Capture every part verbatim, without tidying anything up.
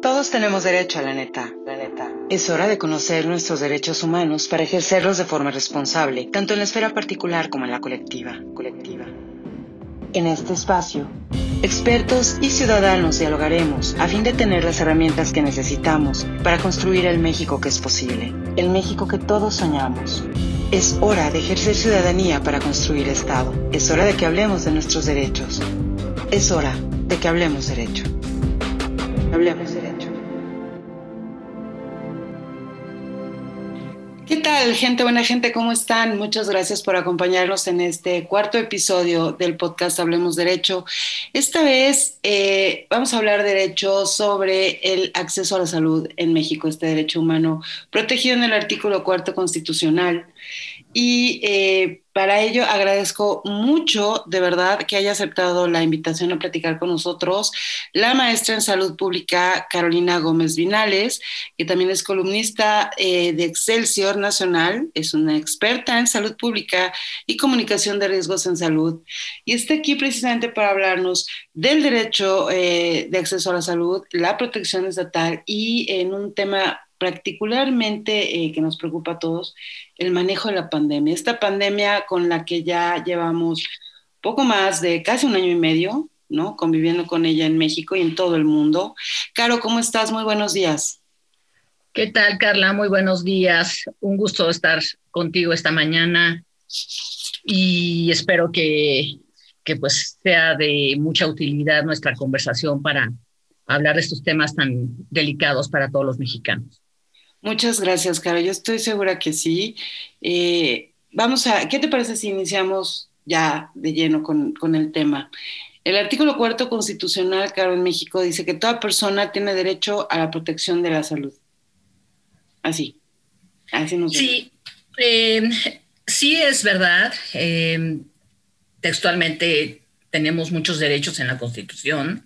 Todos tenemos derecho a la neta, la neta. Es hora de conocer nuestros derechos humanos para ejercerlos de forma responsable, tanto en la esfera particular como en la colectiva. colectiva. En este espacio, expertos y ciudadanos dialogaremos a fin de tener las herramientas que necesitamos para construir el México que es posible, el México que todos soñamos. Es hora de ejercer ciudadanía para construir Estado. Es hora de que hablemos de nuestros derechos. Es hora de que hablemos derecho. Hablemos derecho. ¿Qué tal, gente buena gente? ¿Cómo están? Muchas gracias por acompañarnos en este cuarto episodio del podcast Hablemos Derecho. Esta vez eh, vamos a hablar derecho sobre el acceso a la salud en México, este derecho humano protegido en el artículo cuarto constitucional. Y eh, para ello agradezco mucho, de verdad, que haya aceptado la invitación a platicar con nosotros la maestra en salud pública Carolina Gómez Vinales, que también es columnista eh, de Excelsior Nacional, es una experta en salud pública y comunicación de riesgos en salud, y está aquí precisamente para hablarnos del derecho eh, de acceso a la salud, la protección estatal y en un tema particularmente eh, que nos preocupa a todos, el manejo de la pandemia. Esta pandemia con la que ya llevamos poco más de casi un año y medio, ¿no? Conviviendo con ella en México y en todo el mundo. Caro, ¿cómo estás? Muy buenos días. ¿Qué tal, Carla? Muy buenos días. Un gusto estar contigo esta mañana y espero que, que pues sea de mucha utilidad nuestra conversación para hablar de estos temas tan delicados para todos los mexicanos. Muchas gracias, Caro. Yo estoy segura que sí. Eh, vamos a, ¿qué te parece si iniciamos ya de lleno con, con el tema? El artículo cuarto constitucional, Caro, en México dice que toda persona tiene derecho a la protección de la salud. Así, así nos Sí, eh, sí es verdad. Eh, textualmente tenemos muchos derechos en la Constitución,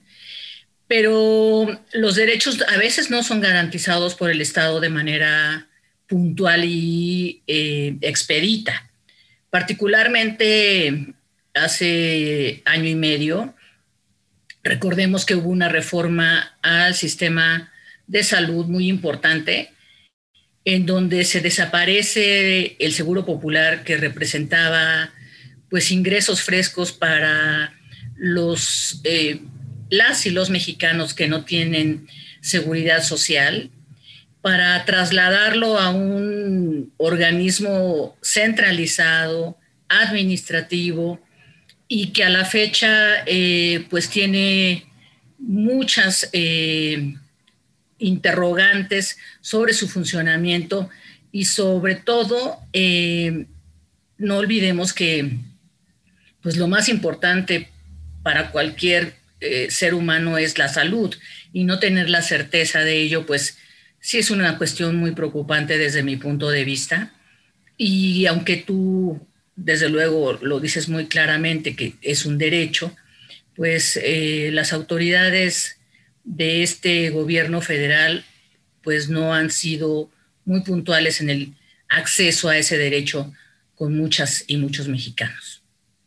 pero los derechos a veces no son garantizados por el Estado de manera puntual y eh, expedita. Particularmente hace año y medio, recordemos que hubo una reforma al sistema de salud muy importante, en donde se desaparece el Seguro Popular que representaba pues ingresos frescos para los eh, las y los mexicanos que no tienen seguridad social, para trasladarlo a un organismo centralizado, administrativo, y que a la fecha eh, pues tiene muchas eh, interrogantes sobre su funcionamiento y sobre todo eh, no olvidemos que pues lo más importante para cualquier eh, ser humano es la salud, y no tener la certeza de ello pues sí es una cuestión muy preocupante desde mi punto de vista. Y aunque tú desde luego lo dices muy claramente que es un derecho, pues eh, las autoridades de este gobierno federal pues no han sido muy puntuales en el acceso a ese derecho con muchas y muchos mexicanos.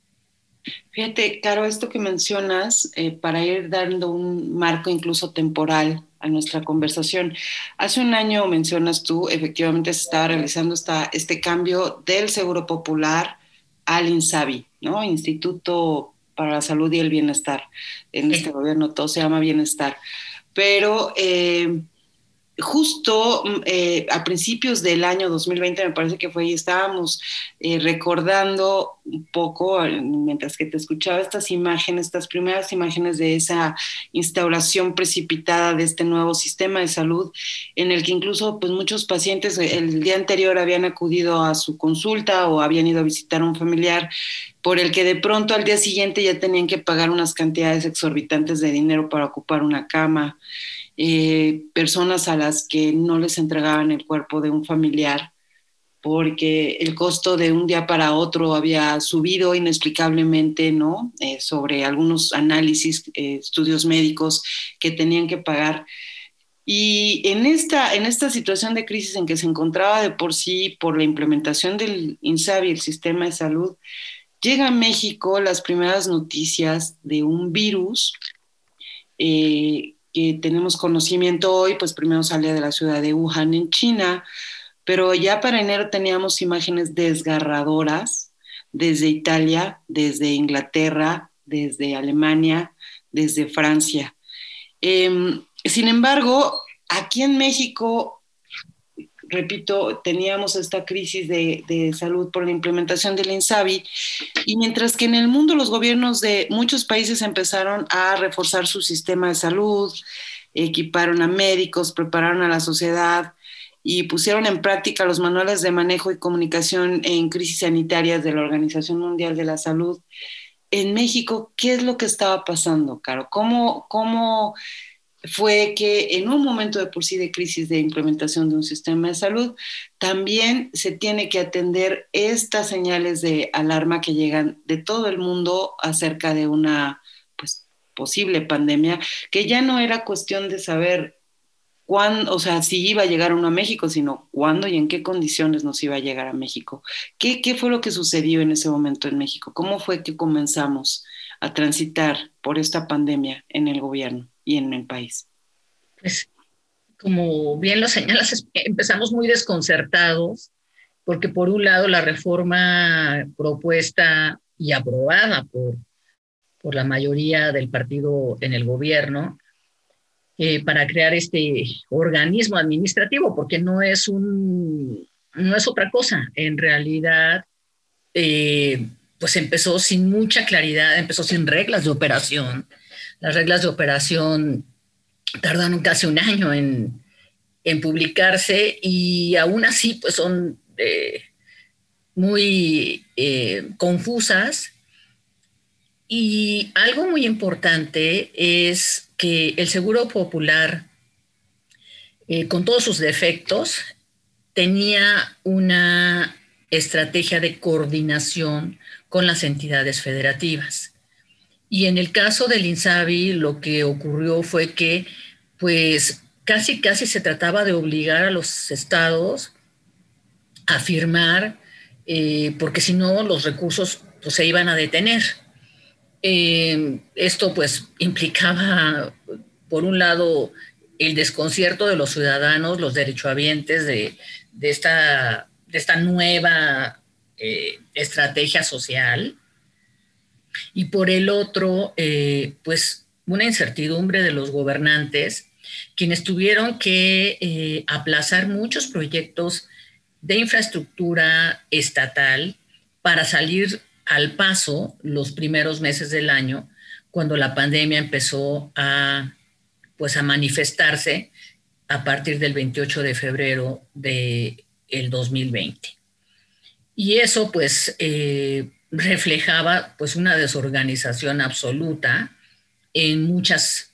Fíjate, Caro, esto que mencionas, eh, para ir dando un marco incluso temporal a nuestra conversación. Hace un año, mencionas tú, efectivamente se estaba realizando esta, este cambio del Seguro Popular al INSABI, ¿no? Instituto para la Salud y el Bienestar. En este sí. gobierno todo se llama bienestar. Pero eh, justo eh, a principios del año dos mil veinte, me parece que fue, y estábamos eh, recordando un poco, mientras que te escuchaba, estas imágenes, estas primeras imágenes de esa instauración precipitada de este nuevo sistema de salud, en el que incluso pues, muchos pacientes el día anterior habían acudido a su consulta o habían ido a visitar a un familiar, por el que de pronto al día siguiente ya tenían que pagar unas cantidades exorbitantes de dinero para ocupar una cama. Eh, personas a las que no les entregaban el cuerpo de un familiar porque el costo de un día para otro había subido inexplicablemente, ¿no? Eh, sobre algunos análisis, eh, estudios médicos que tenían que pagar. Y en esta, en esta situación de crisis en que se encontraba de por sí por la implementación del INSABI, el sistema de salud, llega a México las primeras noticias de un virus eh, que tenemos conocimiento hoy, pues primero salía de la ciudad de Wuhan en China, pero ya para enero teníamos imágenes desgarradoras desde Italia, desde Inglaterra, desde Alemania, desde Francia. Eh, Sin embargo, aquí en México, repito, teníamos esta crisis de, de, salud por la implementación del INSABI, y mientras que en el mundo los gobiernos de muchos países empezaron a reforzar su sistema de salud, equiparon a médicos, prepararon a la sociedad y pusieron en práctica los manuales de manejo y comunicación en crisis sanitarias de la Organización Mundial de la Salud. En México, ¿qué es lo que estaba pasando, Caro? ¿Cómo, cómo fue que en un momento de por sí de crisis de implementación de un sistema de salud, también se tiene que atender estas señales de alarma que llegan de todo el mundo acerca de una, pues, posible pandemia, que ya no era cuestión de saber cuándo, o sea, si iba a llegar uno a México, sino cuándo y en qué condiciones nos iba a llegar a México? ¿Qué, qué fue lo que sucedió en ese momento en México? ¿Cómo fue que comenzamos a transitar por esta pandemia en el gobierno y en el país? Pues, como bien lo señalas, empezamos muy desconcertados, porque por un lado la reforma propuesta y aprobada por, por la mayoría del partido en el gobierno, eh, para crear este organismo administrativo, porque no es, un, no es otra cosa. En realidad, eh, pues empezó sin mucha claridad, empezó sin reglas de operación. Las reglas de operación tardaron casi un año en, en publicarse, y aún así pues son eh, muy eh, confusas. Y algo muy importante es que el Seguro Popular, eh, con todos sus defectos, tenía una estrategia de coordinación con las entidades federativas. Y en el caso del INSABI, lo que ocurrió fue que, pues, casi, casi se trataba de obligar a los estados a firmar, eh, porque si no, los recursos pues, se iban a detener. Eh, esto pues implicaba, por un lado, el desconcierto de los ciudadanos, los derechohabientes de, de, esta, de esta nueva eh, estrategia social, y por el otro, eh, pues una incertidumbre de los gobernantes, quienes tuvieron que eh, aplazar muchos proyectos de infraestructura estatal para salir al paso los primeros meses del año, cuando la pandemia empezó a, pues, a manifestarse a partir del veintiocho de febrero del dos mil veinte. Y eso pues eh, reflejaba pues una desorganización absoluta en, muchas,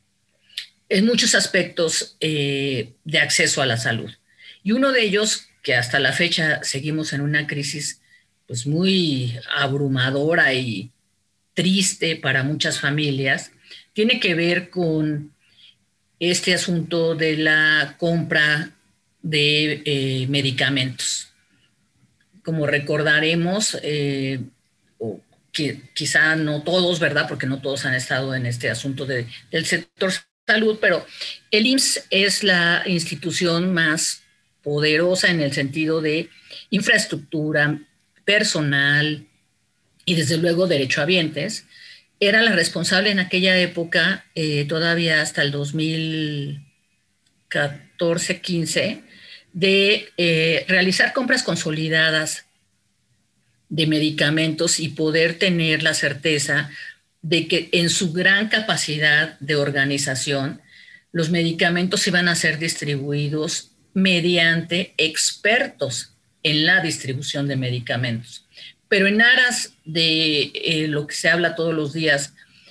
en muchos aspectos eh, de acceso a la salud. Y uno de ellos, que hasta la fecha seguimos en una crisis pues muy abrumadora y triste para muchas familias, tiene que ver con este asunto de la compra de eh, medicamentos. Como recordaremos, eh, o que quizá no todos, ¿verdad? Porque no todos han estado en este asunto de, del sector salud, pero el I M S S es la institución más poderosa en el sentido de infraestructura, personal y desde luego derechohabientes. Era la responsable en aquella época, eh, todavía hasta el dos mil catorce quince, de eh, realizar compras consolidadas de medicamentos y poder tener la certeza de que en su gran capacidad de organización los medicamentos iban a ser distribuidos mediante expertos en la distribución de medicamentos. Pero en aras de eh, lo que se habla todos los días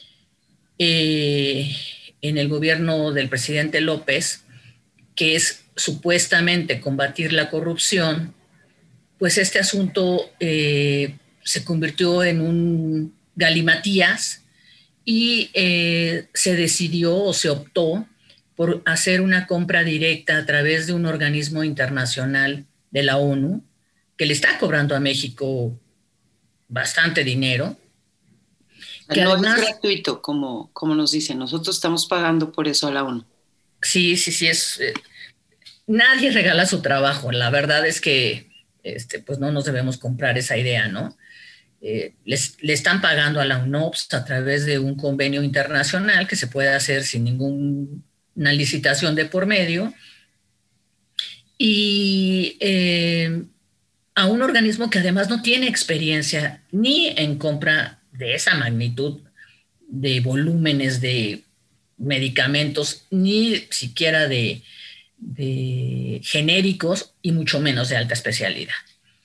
eh, en el gobierno del presidente López, que es supuestamente combatir la corrupción, pues este asunto eh, se convirtió en un galimatías y eh, se decidió o se optó por hacer una compra directa a través de un organismo internacional de la ONU, que le está cobrando a México bastante dinero. que no además, es gratuito, como, como nos dicen. Nosotros estamos pagando por eso a la ONU. Sí, sí, sí, es... Eh, nadie regala su trabajo. La verdad es que este, pues no nos debemos comprar esa idea, ¿no? Eh, les, le están pagando a la UNOPS a través de un convenio internacional que se puede hacer sin ninguna licitación de por medio y eh, a un organismo que además no tiene experiencia ni en compra de esa magnitud de volúmenes de medicamentos, ni siquiera de, de genéricos y mucho menos de alta especialidad.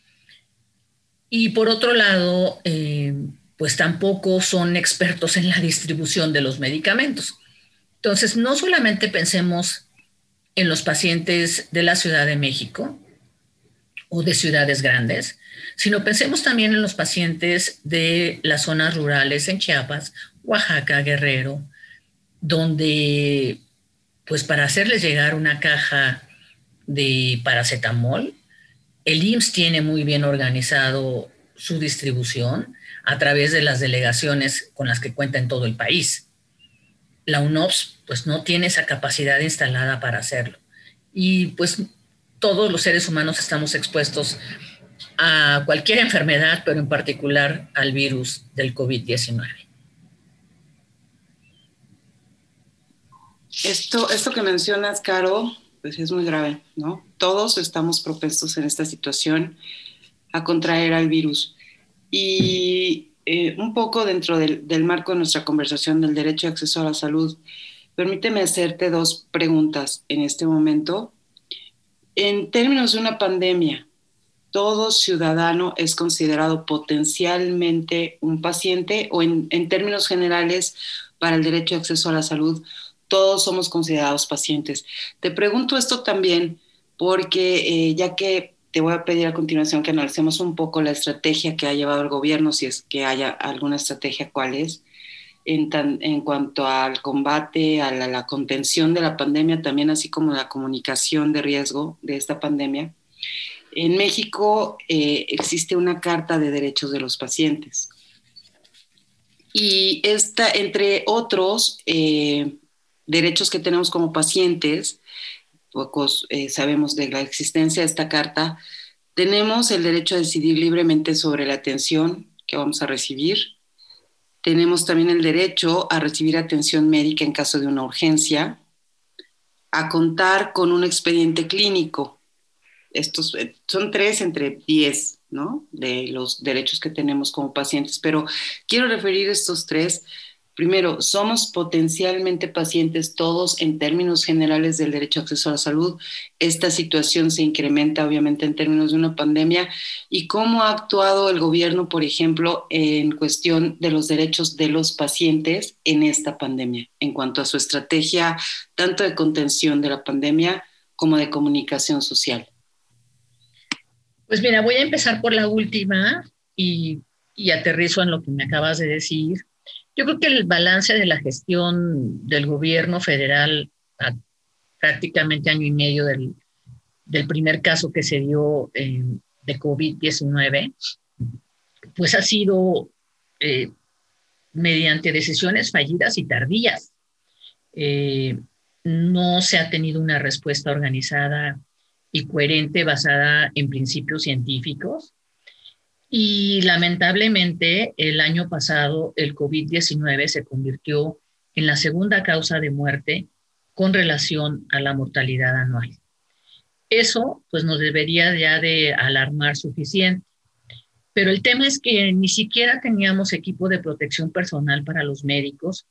Y por otro lado, eh, pues tampoco son expertos en la distribución de los medicamentos. Entonces, no solamente pensemos en los pacientes de la Ciudad de México o de ciudades grandes, sino pensemos también en los pacientes de las zonas rurales en Chiapas, Oaxaca, Guerrero, donde, pues para hacerles llegar una caja de paracetamol, el I M S S tiene muy bien organizado su distribución a través de las delegaciones con las que cuenta en todo el país. La UNOPS pues no tiene esa capacidad instalada para hacerlo. Y pues todos los seres humanos estamos expuestos a cualquier enfermedad, pero en particular al virus del COVID diecinueve. Esto, esto que mencionas, Caro, pues es muy grave, ¿no? Todos estamos propensos en esta situación a contraer al virus. Y eh, un poco dentro del, del marco de nuestra conversación del derecho de acceso a la salud, permíteme hacerte dos preguntas en este momento. En términos de una pandemia, ¿todo ciudadano es considerado potencialmente un paciente o en, en términos generales para el derecho de acceso a la salud, todos somos considerados pacientes? Te pregunto esto también porque eh, ya que te voy a pedir a continuación que analicemos un poco la estrategia que ha llevado el gobierno, si es que haya alguna estrategia, ¿cuál es? En, tan, en cuanto al combate, a la, la contención de la pandemia, también así como la comunicación de riesgo de esta pandemia. En México eh, existe una Carta de Derechos de los Pacientes. Y esta, entre otros eh, derechos que tenemos como pacientes, pocos eh, sabemos de la existencia de esta carta, tenemos el derecho a decidir libremente sobre la atención que vamos a recibir. Tenemos también el derecho a recibir atención médica en caso de una urgencia, a contar con un expediente clínico. Estos son tres entre diez, ¿no? De los derechos que tenemos como pacientes, pero quiero referir estos tres. Primero, somos potencialmente pacientes todos en términos generales del derecho a acceso a la salud. Esta situación se incrementa obviamente en términos de una pandemia. ¿Y cómo ha actuado el gobierno, por ejemplo, en cuestión de los derechos de los pacientes en esta pandemia, en cuanto a su estrategia tanto de contención de la pandemia como de comunicación social? Pues mira, voy a empezar por la última y, y aterrizo en lo que me acabas de decir. Yo creo que el balance de la gestión del gobierno federal a prácticamente año y medio del, del primer caso que se dio eh, de COVID diecinueve, pues ha sido eh, mediante decisiones fallidas y tardías. Eh, no se ha tenido una respuesta organizada y coherente basada en principios científicos. Y lamentablemente el año pasado el COVID diecinueve se convirtió en la segunda causa de muerte con relación a la mortalidad anual. Eso pues nos debería ya de alarmar suficiente. Pero el tema es que ni siquiera teníamos equipo de protección personal para los médicos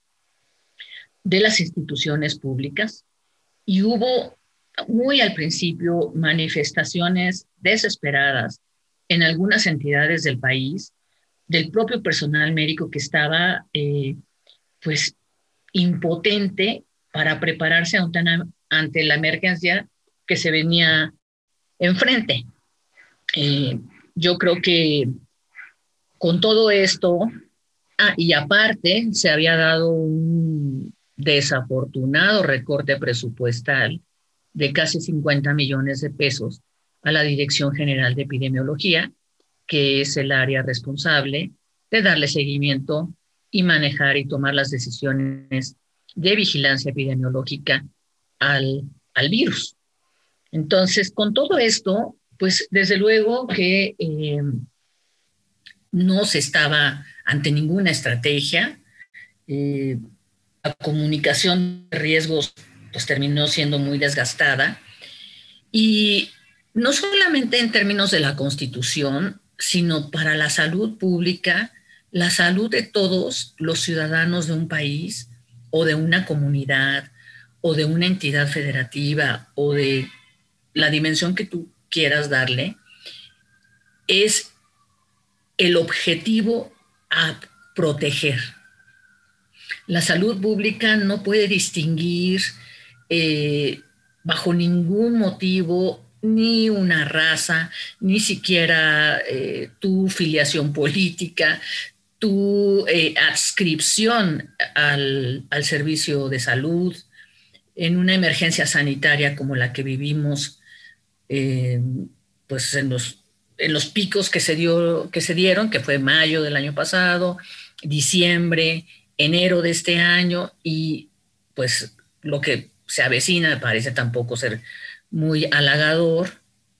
de las instituciones públicas y hubo muy al principio manifestaciones desesperadas en algunas entidades del país, del propio personal médico que estaba eh, pues impotente para prepararse ante, ante la emergencia que se venía enfrente. Eh, yo creo que con todo esto, ah, y aparte se había dado un desafortunado recorte presupuestal de casi cincuenta millones de pesos a la Dirección General de Epidemiología, que es el área responsable de darle seguimiento y manejar y tomar las decisiones de vigilancia epidemiológica al, al virus. Entonces, con todo esto, pues desde luego que eh, no se estaba ante ninguna estrategia. Eh, la comunicación de riesgos pues terminó siendo muy desgastada y no solamente en términos de la Constitución, sino para la salud pública, la salud de todos los ciudadanos de un país o de una comunidad o de una entidad federativa o de la dimensión que tú quieras darle, es el objetivo a proteger. La salud pública no puede distinguir eh, bajo ningún motivo ni una raza, ni siquiera eh, tu filiación política, tu eh, adscripción al, al servicio de salud. En una emergencia sanitaria como la que vivimos, eh, pues en los, en los picos que se, dio, que se dieron, que fue mayo del año pasado, diciembre, enero de este año, y pues lo que se avecina parece tampoco ser muy halagador.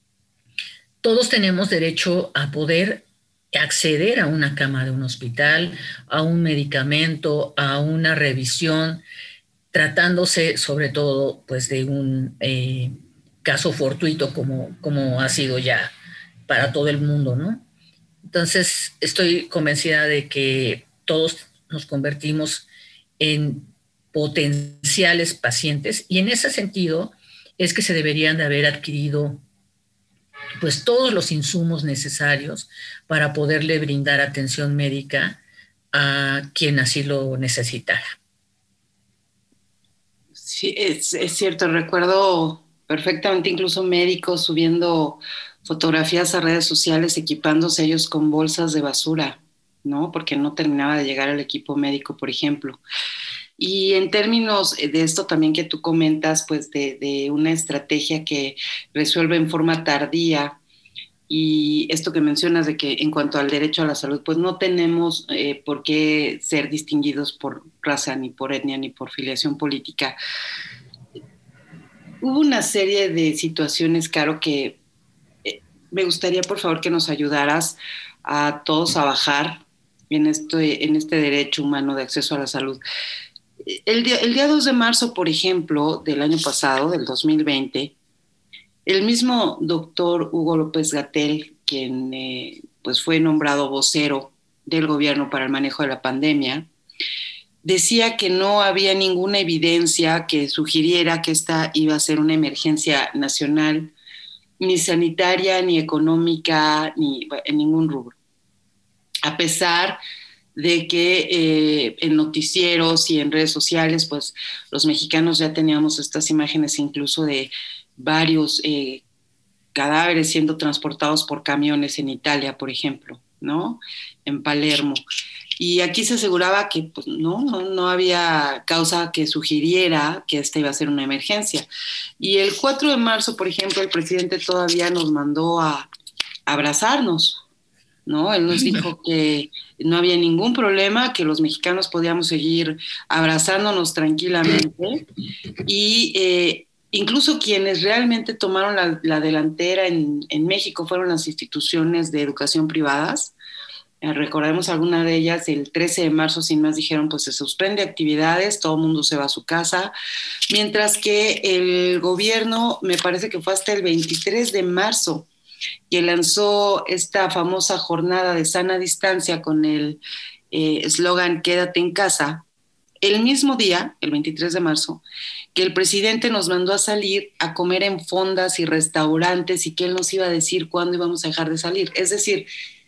Todos tenemos derecho a poder acceder a una cama de un hospital, a un medicamento, a una revisión, tratándose sobre todo pues de un eh, caso fortuito como, como ha sido ya para todo el mundo, ¿no? Entonces estoy convencida de que todos nos convertimos en potenciales pacientes y en ese sentido es que se deberían de haber adquirido pues todos los insumos necesarios para poderle brindar atención médica a quien así lo necesitara. Sí, es, es cierto, recuerdo perfectamente incluso médicos subiendo fotografías a redes sociales equipándose ellos con bolsas de basura, ¿no? Porque no terminaba de llegar el equipo médico, por ejemplo. Y en términos de esto también que tú comentas, pues de, de una estrategia que resuelve en forma tardía, y esto que mencionas de que en cuanto al derecho a la salud, pues no tenemos eh, por qué ser distinguidos por raza, ni por etnia, ni por filiación política. Hubo una serie de situaciones, Caro, que eh, me gustaría por favor que nos ayudaras a todos a bajar en este, en este derecho humano de acceso a la salud. El día, el día dos de marzo, por ejemplo, del año pasado, del dos mil veinte, el mismo doctor Hugo López-Gatell, quien eh, pues fue nombrado vocero del gobierno para el manejo de la pandemia, decía que no había ninguna evidencia que sugiriera que esta iba a ser una emergencia nacional, ni sanitaria, ni económica, ni en ningún rubro. A pesar de que eh, en noticieros y en redes sociales, pues los mexicanos ya teníamos estas imágenes incluso de varios eh, cadáveres siendo transportados por camiones en Italia, por ejemplo, ¿no? En Palermo. Y aquí se aseguraba que pues, no, no, no había causa que sugiriera que esta iba a ser una emergencia. Y el cuatro de marzo, por ejemplo, el presidente todavía nos mandó a abrazarnos, ¿no? Él nos dijo que no había ningún problema, que los mexicanos podíamos seguir abrazándonos tranquilamente y eh, incluso quienes realmente tomaron la, la delantera en, en México fueron las instituciones de educación privadas. Eh, recordemos alguna de ellas, el trece de marzo sin más dijeron pues se suspende actividades, todo el mundo se va a su casa, mientras que el gobierno me parece que fue hasta el veintitrés de marzo que lanzó esta famosa jornada de sana distancia con el eslogan eh, Quédate en casa, el mismo día, el veintitrés de marzo, que el presidente nos mandó a salir a comer en fondas y restaurantes y que él nos iba a decir cuándo íbamos a dejar de salir. Es decir,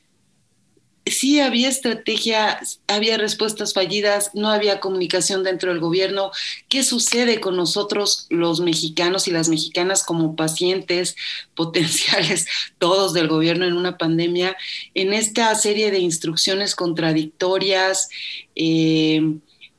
sí había estrategia, había respuestas fallidas, no había comunicación dentro del gobierno. ¿Qué sucede con nosotros los mexicanos y las mexicanas como pacientes potenciales, todos del gobierno en una pandemia, en esta serie de instrucciones contradictorias, eh,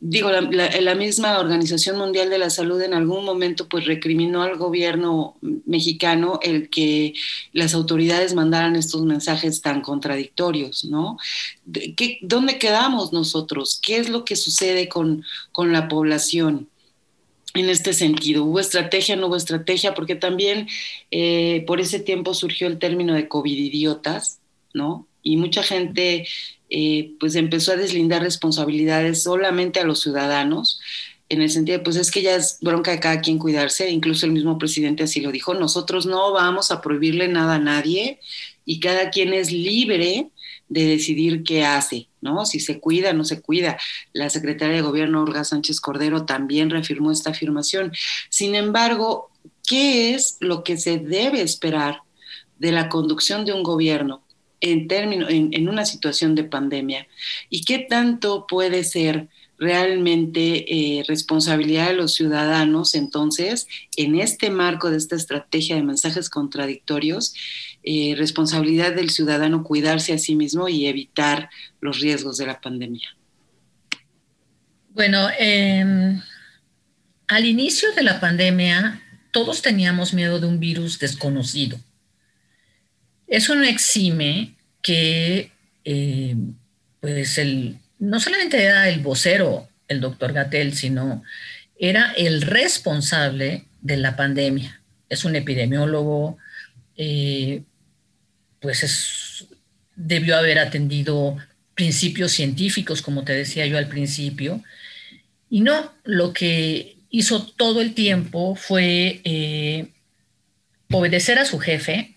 digo, la, la, la misma Organización Mundial de la Salud en algún momento pues recriminó al gobierno mexicano el que las autoridades mandaran estos mensajes tan contradictorios, ¿no? De, ¿qué, ¿Dónde quedamos nosotros? ¿Qué es lo que sucede con, con la población en este sentido? ¿Hubo estrategia, no hubo estrategia? Porque también eh, por ese tiempo surgió el término de covididiotas, ¿no? Y mucha gente eh, pues empezó a deslindar responsabilidades solamente a los ciudadanos, en el sentido de, pues es que ya es bronca de cada quien cuidarse, incluso el mismo presidente así lo dijo, nosotros no vamos a prohibirle nada a nadie y cada quien es libre de decidir qué hace, ¿no? Si se cuida, no se cuida. La secretaria de Gobierno, Olga Sánchez Cordero, también reafirmó esta afirmación. Sin embargo, ¿qué es lo que se debe esperar de la conducción de un gobierno en, término, en, en una situación de pandemia? ¿Y qué tanto puede ser realmente eh, responsabilidad de los ciudadanos entonces en este marco de esta estrategia de mensajes contradictorios? Eh, responsabilidad del ciudadano cuidarse a sí mismo y evitar los riesgos de la pandemia. Bueno, eh, al inicio de la pandemia todos teníamos miedo de un virus desconocido. Eso no exime que eh, pues el, no solamente era el vocero, el doctor Gatell, sino era el responsable de la pandemia. Es un epidemiólogo, eh, pues es, debió haber atendido principios científicos, como te decía yo al principio, y no, lo que hizo todo el tiempo fue eh, obedecer a su jefe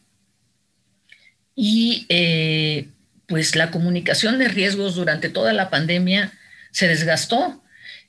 y eh, pues la comunicación de riesgos durante toda la pandemia se desgastó.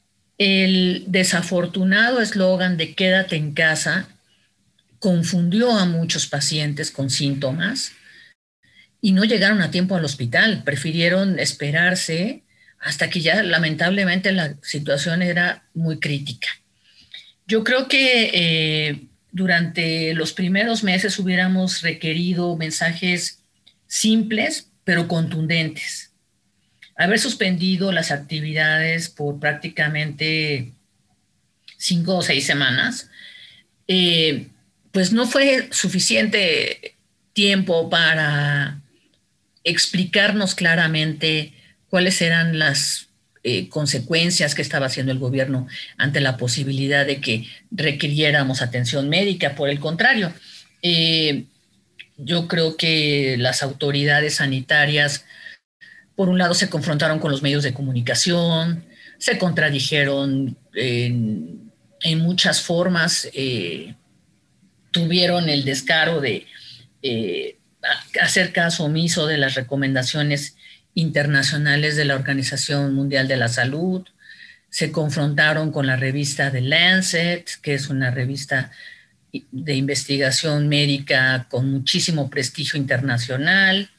El desafortunado eslogan de quédate en casa confundió a muchos pacientes con síntomas y no llegaron a tiempo al hospital, prefirieron esperarse hasta que ya lamentablemente la situación era muy crítica. Yo creo que eh, durante los primeros meses hubiéramos requerido mensajes simples pero contundentes. Haber suspendido las actividades por prácticamente cinco o seis semanas, eh, pues no fue suficiente tiempo para explicarnos claramente cuáles eran las eh, consecuencias que estaba haciendo el gobierno ante la posibilidad de que requiriéramos atención médica. Por el contrario, eh, yo creo que las autoridades sanitarias, por un lado, se confrontaron con los medios de comunicación, se contradijeron en, en muchas formas, eh, tuvieron el descaro de eh, hacer caso omiso de las recomendaciones internacionales de la Organización Mundial de la Salud, se confrontaron con la revista The Lancet, que es una revista de investigación médica con muchísimo prestigio internacional.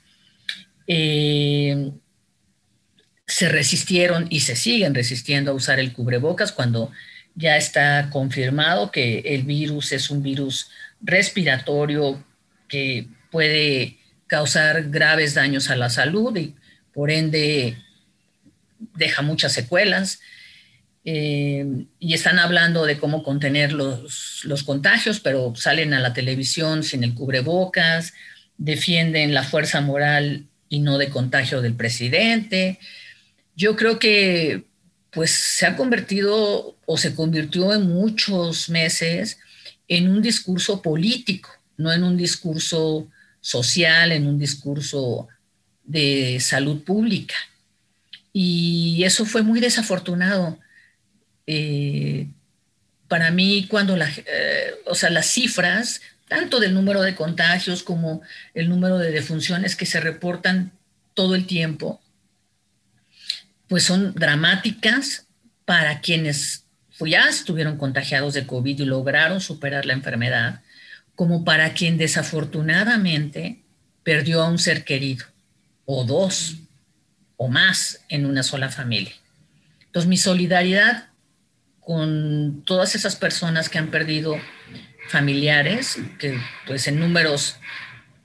Eh, se resistieron y se siguen resistiendo a usar el cubrebocas cuando ya está confirmado que el virus es un virus respiratorio que puede causar graves daños a la salud y por ende deja muchas secuelas. Eh, y están hablando de cómo contener los, los contagios, pero salen a la televisión sin el cubrebocas, defienden la fuerza moral y no de contagio del presidente. Yo creo que pues se ha convertido o se convirtió en muchos meses en un discurso político, no en un discurso social, en un discurso de salud pública. Y eso fue muy desafortunado. Eh, para mí, cuando la, eh, o sea, las cifras, tanto del número de contagios como el número de defunciones que se reportan todo el tiempo, pues son dramáticas para quienes ya estuvieron contagiados de COVID y lograron superar la enfermedad, como para quien desafortunadamente perdió a un ser querido, o dos, o más en una sola familia. Entonces, mi solidaridad con todas esas personas que han perdido familiares, que pues en números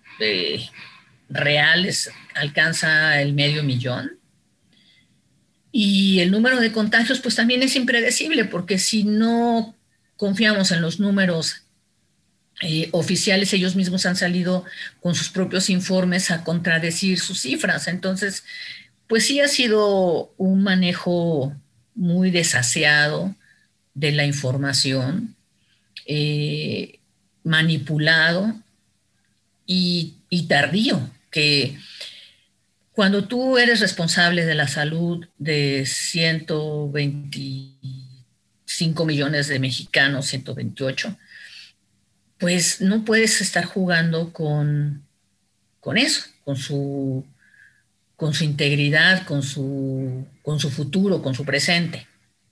eh, reales alcanza el medio millón, Y el número de contagios pues también es impredecible, porque si no confiamos en los números eh, oficiales, ellos mismos han salido con sus propios informes a contradecir sus cifras. Entonces, pues sí ha sido un manejo muy desaseado de la información, eh, manipulado y, y tardío, que cuando tú eres responsable de la salud de ciento veinticinco millones de mexicanos, ciento veintiocho, pues no puedes estar jugando con, con eso, con su, con su integridad, con su, con su futuro, con su presente.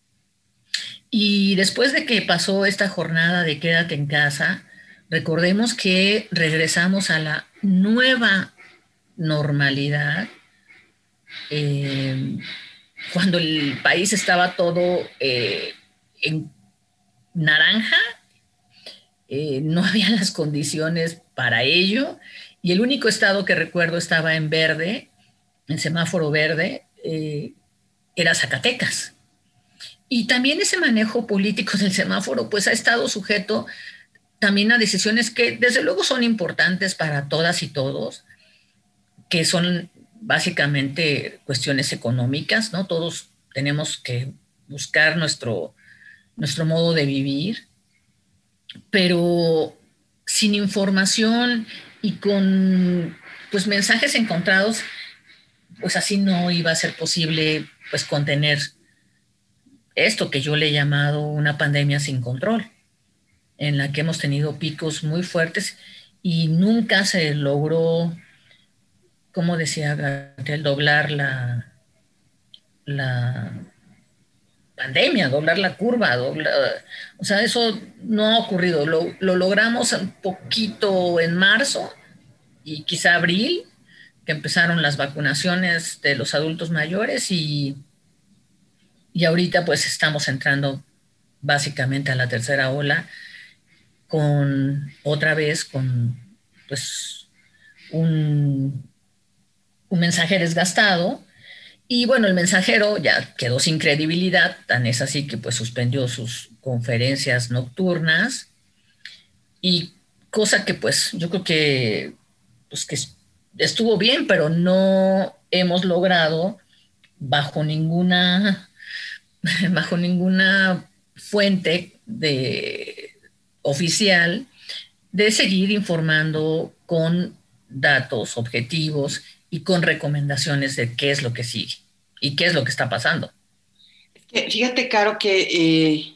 Y después de que pasó esta jornada de quédate en casa, recordemos que regresamos a la nueva normalidad, eh, cuando el país estaba todo eh, en naranja, eh, no había las condiciones para ello, y el único estado que recuerdo estaba en verde, en semáforo verde, eh, era Zacatecas. Y también ese manejo político del semáforo pues ha estado sujeto también a decisiones que desde luego son importantes para todas y todos, que son básicamente cuestiones económicas, ¿no? Todos tenemos que buscar nuestro, nuestro modo de vivir, pero sin información y con pues mensajes encontrados, pues así no iba a ser posible pues contener esto que yo le he llamado una pandemia sin control, en la que hemos tenido picos muy fuertes y nunca se logró, como decía Gabriel, doblar la, la pandemia, doblar la curva, doblar, o sea, eso no ha ocurrido. Lo, lo logramos un poquito en marzo y quizá abril, que empezaron las vacunaciones de los adultos mayores y, y ahorita pues estamos entrando básicamente a la tercera ola con otra vez con pues un, un mensaje desgastado. Y bueno, el mensajero ya quedó sin credibilidad, tan es así que pues suspendió sus conferencias nocturnas, y cosa que pues yo creo que, pues, que estuvo bien, pero no hemos logrado bajo ninguna, bajo ninguna fuente de, oficial, de seguir informando con datos objetivos y con recomendaciones de qué es lo que sigue y qué es lo que está pasando. Fíjate, Caro, que eh,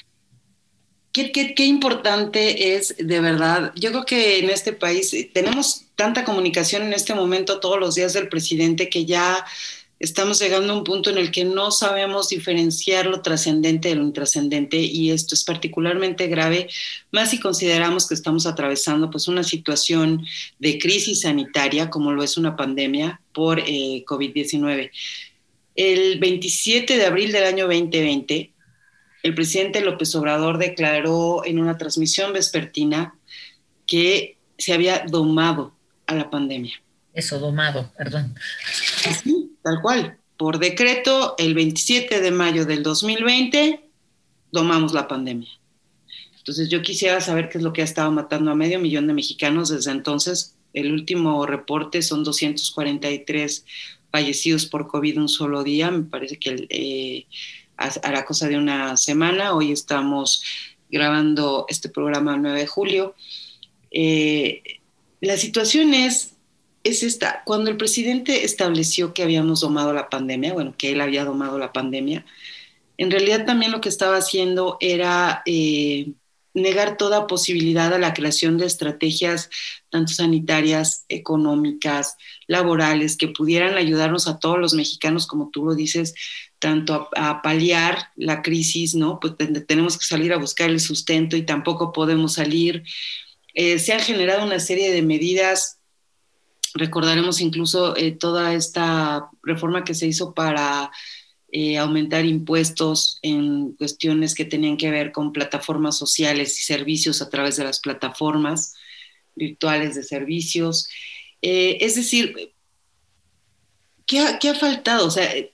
qué, qué, qué importante es de verdad. Yo creo que en este país tenemos tanta comunicación en este momento todos los días del presidente que ya estamos llegando a un punto en el que no sabemos diferenciar lo trascendente de lo intrascendente, y esto es particularmente grave, más si consideramos que estamos atravesando pues una situación de crisis sanitaria como lo es una pandemia por eh, COVID diecinueve. El veintisiete de abril del año veinte veinte, el presidente López Obrador declaró en una transmisión vespertina que se había domado a la pandemia. Eso, domado, perdón. Así, tal cual. Por decreto, el veintisiete de mayo del dos mil veinte, domamos la pandemia. Entonces, yo quisiera saber qué es lo que ha estado matando a medio millón de mexicanos desde entonces. El último reporte son doscientos cuarenta y tres fallecidos por COVID un solo día. Me parece que eh, hará cosa de una semana. Hoy estamos grabando este programa el nueve de julio. Eh, la situación es es esta. Cuando el presidente estableció que habíamos domado la pandemia, bueno, que él había domado la pandemia, en realidad también lo que estaba haciendo era eh, negar toda posibilidad a la creación de estrategias tanto sanitarias, económicas, laborales, que pudieran ayudarnos a todos los mexicanos, como tú lo dices, tanto a, a paliar la crisis, ¿no? Pues tenemos que salir a buscar el sustento y tampoco podemos salir. Eh, se han generado una serie de medidas. Recordaremos incluso eh, toda esta reforma que se hizo para eh, aumentar impuestos en cuestiones que tenían que ver con plataformas sociales y servicios a través de las plataformas virtuales de servicios. Eh, es decir, ¿qué ha, qué ha faltado? O sea,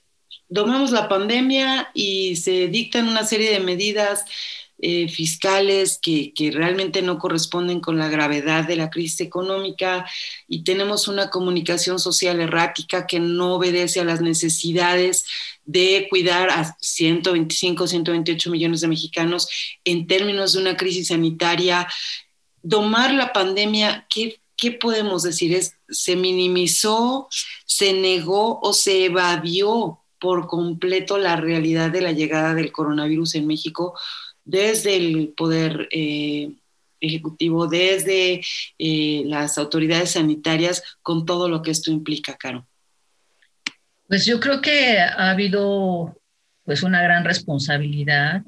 domamos la pandemia y se dictan una serie de medidas eh, fiscales que, que realmente no corresponden con la gravedad de la crisis económica y tenemos una comunicación social errática que no obedece a las necesidades de cuidar a ciento veinticinco, ciento veintiocho millones de mexicanos en términos de una crisis sanitaria. Domar la pandemia, ¿qué, qué podemos decir? ¿Es, se minimizó, se negó o se evadió por completo la realidad de la llegada del coronavirus en México desde el poder eh, ejecutivo, desde eh, las autoridades sanitarias, con todo lo que esto implica, Caro? Pues yo creo que ha habido pues una gran responsabilidad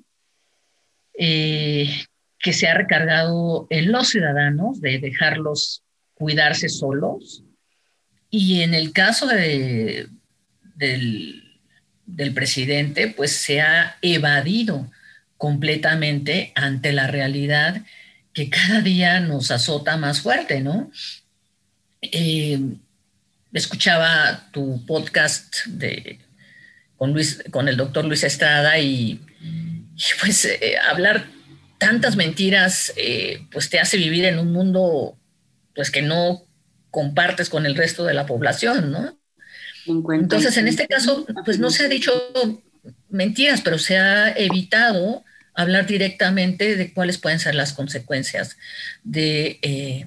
eh, que se ha recargado en los ciudadanos de dejarlos cuidarse solos. Y en el caso de, del, del presidente, pues se ha evadido completamente ante la realidad que cada día nos azota más fuerte, ¿no? Eh, escuchaba tu podcast de, con, Luis, con el doctor Luis Estrada y, y pues eh, hablar tantas mentiras eh, pues te hace vivir en un mundo pues que no compartes con el resto de la población, ¿no? Entonces, en este caso, pues no se ha dicho mentiras, pero se ha evitado hablar directamente de cuáles pueden ser las consecuencias de, eh,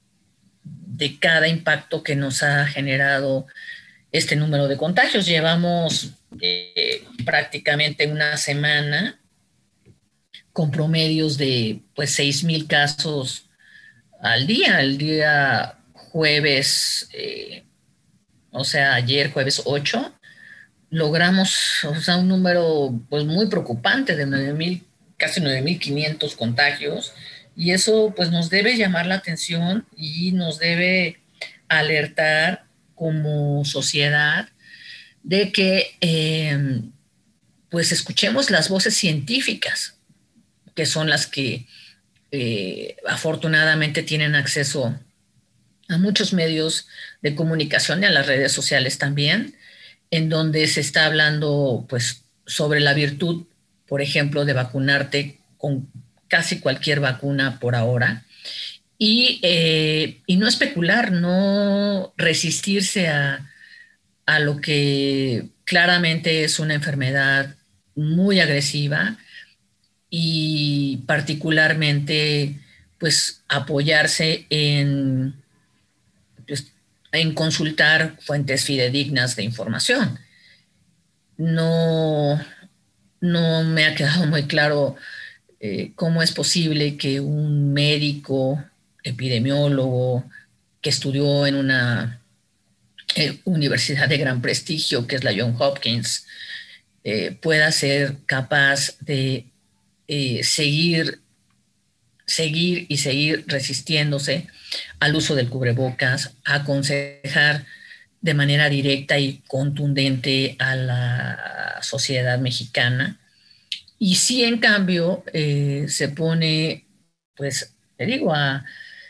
de cada impacto que nos ha generado este número de contagios. Llevamos eh, prácticamente una semana con promedios de pues seis mil casos al día. El día jueves, eh, o sea, ayer jueves ocho, logramos, o sea, un número pues muy preocupante de nueve mil, casi nueve mil quinientos contagios, y eso pues nos debe llamar la atención y nos debe alertar como sociedad de que eh, pues escuchemos las voces científicas, que son las que eh, afortunadamente tienen acceso a muchos medios de comunicación y a las redes sociales también, en donde se está hablando pues sobre la virtud, por ejemplo, de vacunarte con casi cualquier vacuna por ahora y, eh, y no especular, no resistirse a, a lo que claramente es una enfermedad muy agresiva y particularmente pues apoyarse en, pues, en consultar fuentes fidedignas de información. No, no me ha quedado muy claro eh, cómo es posible que un médico epidemiólogo que estudió en una eh, universidad de gran prestigio, que es la Johns Hopkins, eh, pueda ser capaz de eh, seguir, seguir y seguir resistiéndose al uso del cubrebocas, a aconsejar de manera directa y contundente a la sociedad mexicana. Y sí, en cambio, eh, se pone, pues, te digo, a,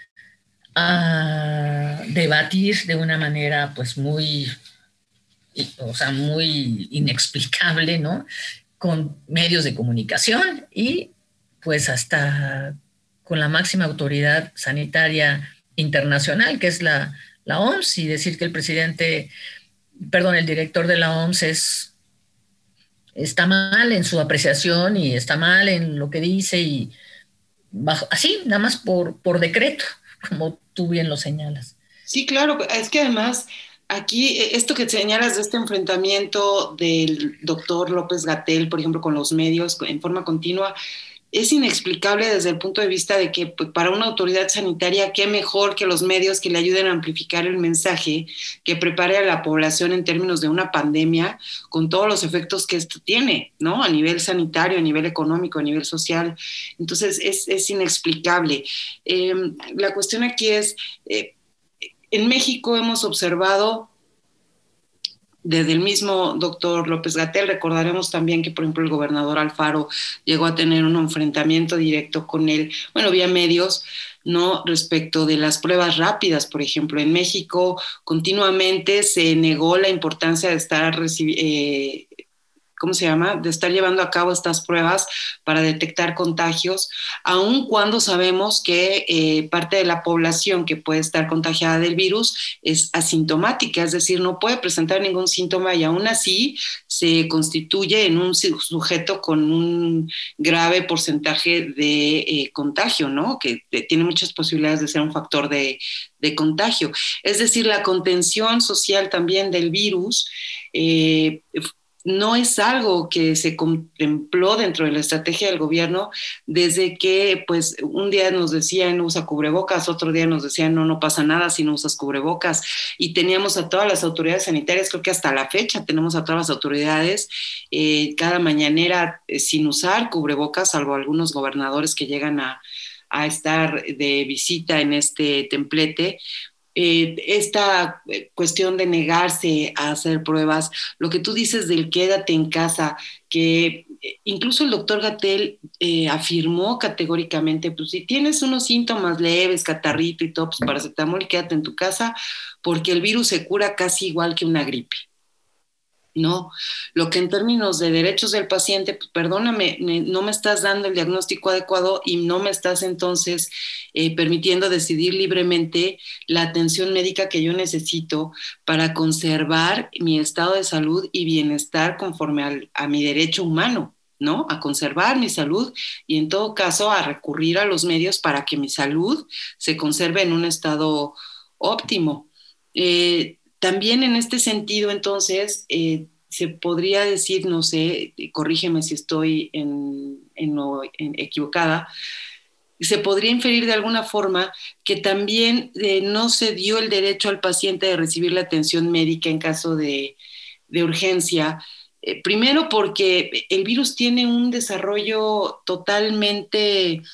a debatir de una manera, pues, muy, o sea, muy inexplicable, ¿no? Con medios de comunicación y, pues, hasta con la máxima autoridad sanitaria internacional, que es la, la O M S, y decir que el presidente, perdón, el director de la O M S es, está mal en su apreciación y está mal en lo que dice y bajo, así, nada más por, por decreto, como tú bien lo señalas. Sí, claro, es que además aquí esto que señalas de este enfrentamiento del doctor López-Gatell, por ejemplo, con los medios en forma continua, es inexplicable desde el punto de vista de que pues, para una autoridad sanitaria, qué mejor que los medios que le ayuden a amplificar el mensaje, que prepare a la población en términos de una pandemia, con todos los efectos que esto tiene, ¿no? A nivel sanitario, a nivel económico, a nivel social. Entonces, es, es inexplicable. Eh, la cuestión aquí es, eh, en México hemos observado desde el mismo doctor López-Gatell, recordaremos también que, por ejemplo, el gobernador Alfaro llegó a tener un enfrentamiento directo con él, bueno, vía medios, ¿no? Respecto de las pruebas rápidas, por ejemplo, en México continuamente se negó la importancia de estar recibiendo, eh, ¿cómo se llama?, de estar llevando a cabo estas pruebas para detectar contagios, aun cuando sabemos que eh, parte de la población que puede estar contagiada del virus es asintomática, es decir, no puede presentar ningún síntoma y aún así se constituye en un sujeto con un grave porcentaje de eh, contagio, ¿no?, que tiene muchas posibilidades de ser un factor de, de contagio. Es decir, la contención social también del virus eh, no es algo que se contempló dentro de la estrategia del gobierno desde que, pues, un día nos decían usa cubrebocas, otro día nos decían no, no pasa nada si no usas cubrebocas, y teníamos a todas las autoridades sanitarias, creo que hasta la fecha tenemos a todas las autoridades eh, cada mañanera eh, sin usar cubrebocas, salvo algunos gobernadores que llegan a, a estar de visita en este templete. Eh, esta cuestión de negarse a hacer pruebas, lo que tú dices del quédate en casa, que incluso el doctor Gatell eh, afirmó categóricamente, pues si tienes unos síntomas leves, catarrito y todo, pues paracetamol, quédate en tu casa, porque el virus se cura casi igual que una gripe. No, lo que en términos de derechos del paciente, pues perdóname, no me estás dando el diagnóstico adecuado y no me estás entonces eh, permitiendo decidir libremente la atención médica que yo necesito para conservar mi estado de salud y bienestar conforme al, a mi derecho humano, ¿no? A conservar mi salud y en todo caso a recurrir a los medios para que mi salud se conserve en un estado óptimo. Eh, También en este sentido, entonces, eh, se podría decir, no sé, corrígeme si estoy en, en lo, en equivocada, se podría inferir de alguna forma que también eh, no se dio el derecho al paciente de recibir la atención médica en caso de, de urgencia. Eh, primero porque el virus tiene un desarrollo totalmente,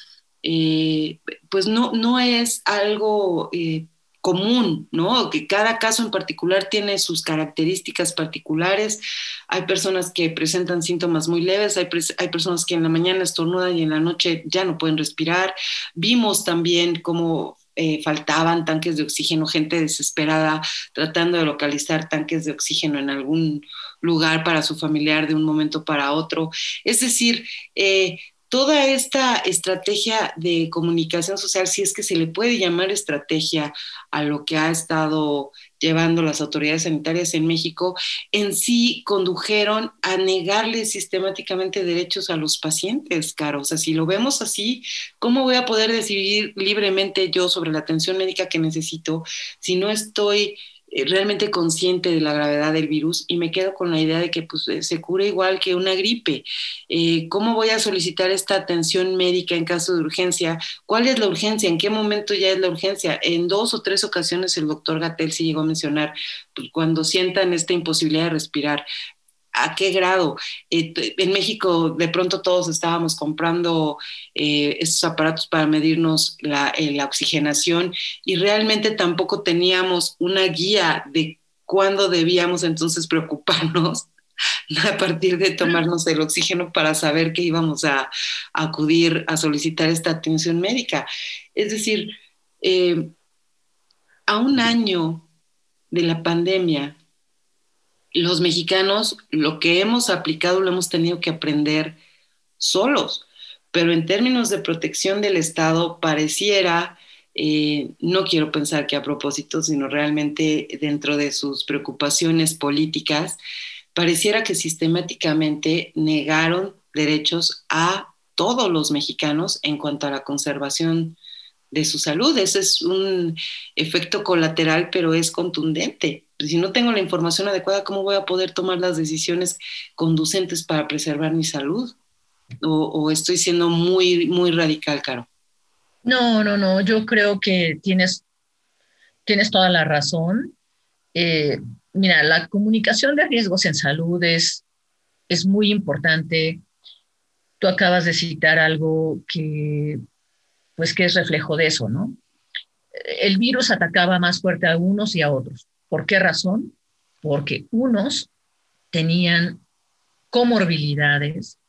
eh, pues no, no es algo eh, común, ¿no? Que cada caso en particular tiene sus características particulares. Hay personas que presentan síntomas muy leves, hay, hay personas que en la mañana estornudan y en la noche ya no pueden respirar. Vimos también cómo eh, faltaban tanques de oxígeno, gente desesperada tratando de localizar tanques de oxígeno en algún lugar para su familiar de un momento para otro. Es decir, eh, toda esta estrategia de comunicación social, si es que se le puede llamar estrategia a lo que ha estado llevando las autoridades sanitarias en México, en sí condujeron a negarle sistemáticamente derechos a los pacientes, Caro. O sea, si lo vemos así, ¿cómo voy a poder decidir libremente yo sobre la atención médica que necesito si no estoy realmente consciente de la gravedad del virus y me quedo con la idea de que pues, se cura igual que una gripe? Eh, ¿Cómo voy a solicitar esta atención médica en caso de urgencia? ¿Cuál es la urgencia? ¿En qué momento ya es la urgencia? En dos o tres ocasiones el doctor Gatell sí llegó a mencionar pues, cuando sientan esta imposibilidad de respirar. ¿A qué grado? Eh, en México de pronto todos estábamos comprando eh, estos aparatos para medirnos la, eh, la oxigenación y realmente tampoco teníamos una guía de cuándo debíamos entonces preocuparnos a partir de tomarnos el oxígeno para saber que íbamos a, a acudir a solicitar esta atención médica. Es decir, eh, a un año de la pandemia, los mexicanos lo que hemos aplicado lo hemos tenido que aprender solos, pero en términos de protección del Estado pareciera, eh, no quiero pensar que a propósito, sino realmente dentro de sus preocupaciones políticas, pareciera que sistemáticamente negaron derechos a todos los mexicanos en cuanto a la conservación de su salud. Ese es un efecto colateral, pero es contundente. Si no tengo la información adecuada, ¿cómo voy a poder tomar las decisiones conducentes para preservar mi salud? ¿O, o estoy siendo muy, muy radical, Caro? No, no, no, yo creo que tienes, tienes toda la razón. Eh, mira, la comunicación de riesgos en salud es, es muy importante. Tú acabas de citar algo que, pues, que es reflejo de eso, ¿no? El virus atacaba más fuerte a unos y a otros. ¿Por qué razón? Porque unos tenían comorbilidades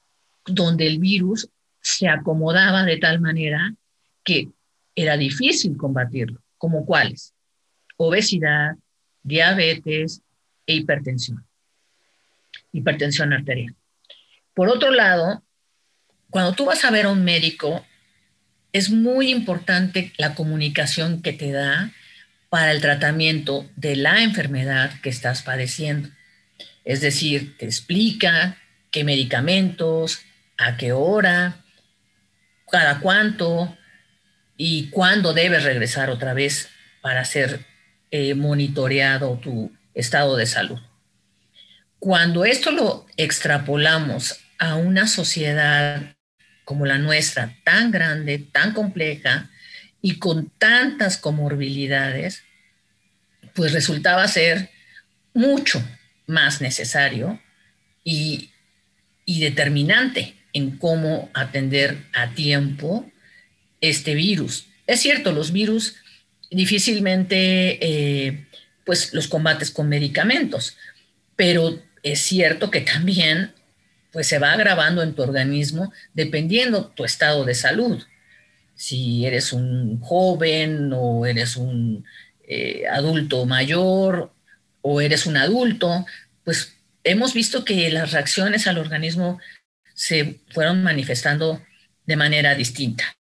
donde el virus se acomodaba de tal manera que era difícil combatirlo, como cuáles: obesidad, diabetes e hipertensión. hipertensión arterial. Por otro lado, cuando tú vas a ver a un médico, es muy importante la comunicación que te da para el tratamiento de la enfermedad que estás padeciendo. Es decir, te explica qué medicamentos, a qué hora, cada cuánto y cuándo debes regresar otra vez para ser eh, monitoreado tu estado de salud. Cuando esto lo extrapolamos a una sociedad como la nuestra, tan grande, tan compleja y con tantas comorbilidades, pues resultaba ser mucho más necesario y, y determinante en cómo atender a tiempo este virus. Es cierto, los virus difícilmente eh, pues los combates con medicamentos, pero es cierto que también pues se va agravando en tu organismo dependiendo tu estado de salud. Si eres un joven o eres un eh, adulto mayor o eres un adulto, pues hemos visto que las reacciones al organismo se fueron manifestando de manera distinta.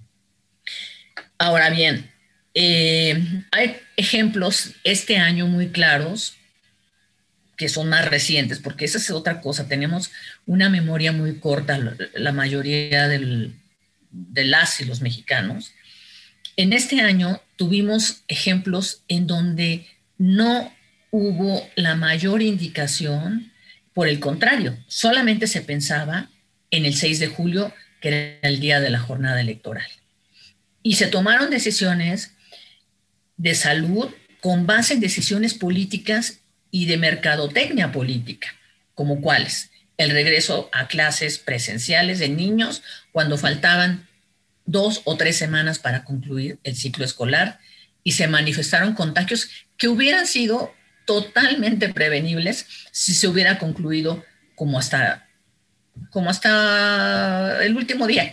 Ahora bien, eh, hay ejemplos este año muy claros que son más recientes, porque esa es otra cosa, tenemos una memoria muy corta, la mayoría del, de las y los mexicanos. En este año tuvimos ejemplos en donde no hubo la mayor indicación, por el contrario, solamente se pensaba en el seis de julio, que era el día de la jornada electoral. Y se tomaron decisiones de salud con base en decisiones políticas y de mercadotecnia política, como cuáles: el regreso a clases presenciales de niños cuando faltaban dos o tres semanas para concluir el ciclo escolar, y se manifestaron contagios que hubieran sido totalmente prevenibles si se hubiera concluido como hasta, como hasta el último día.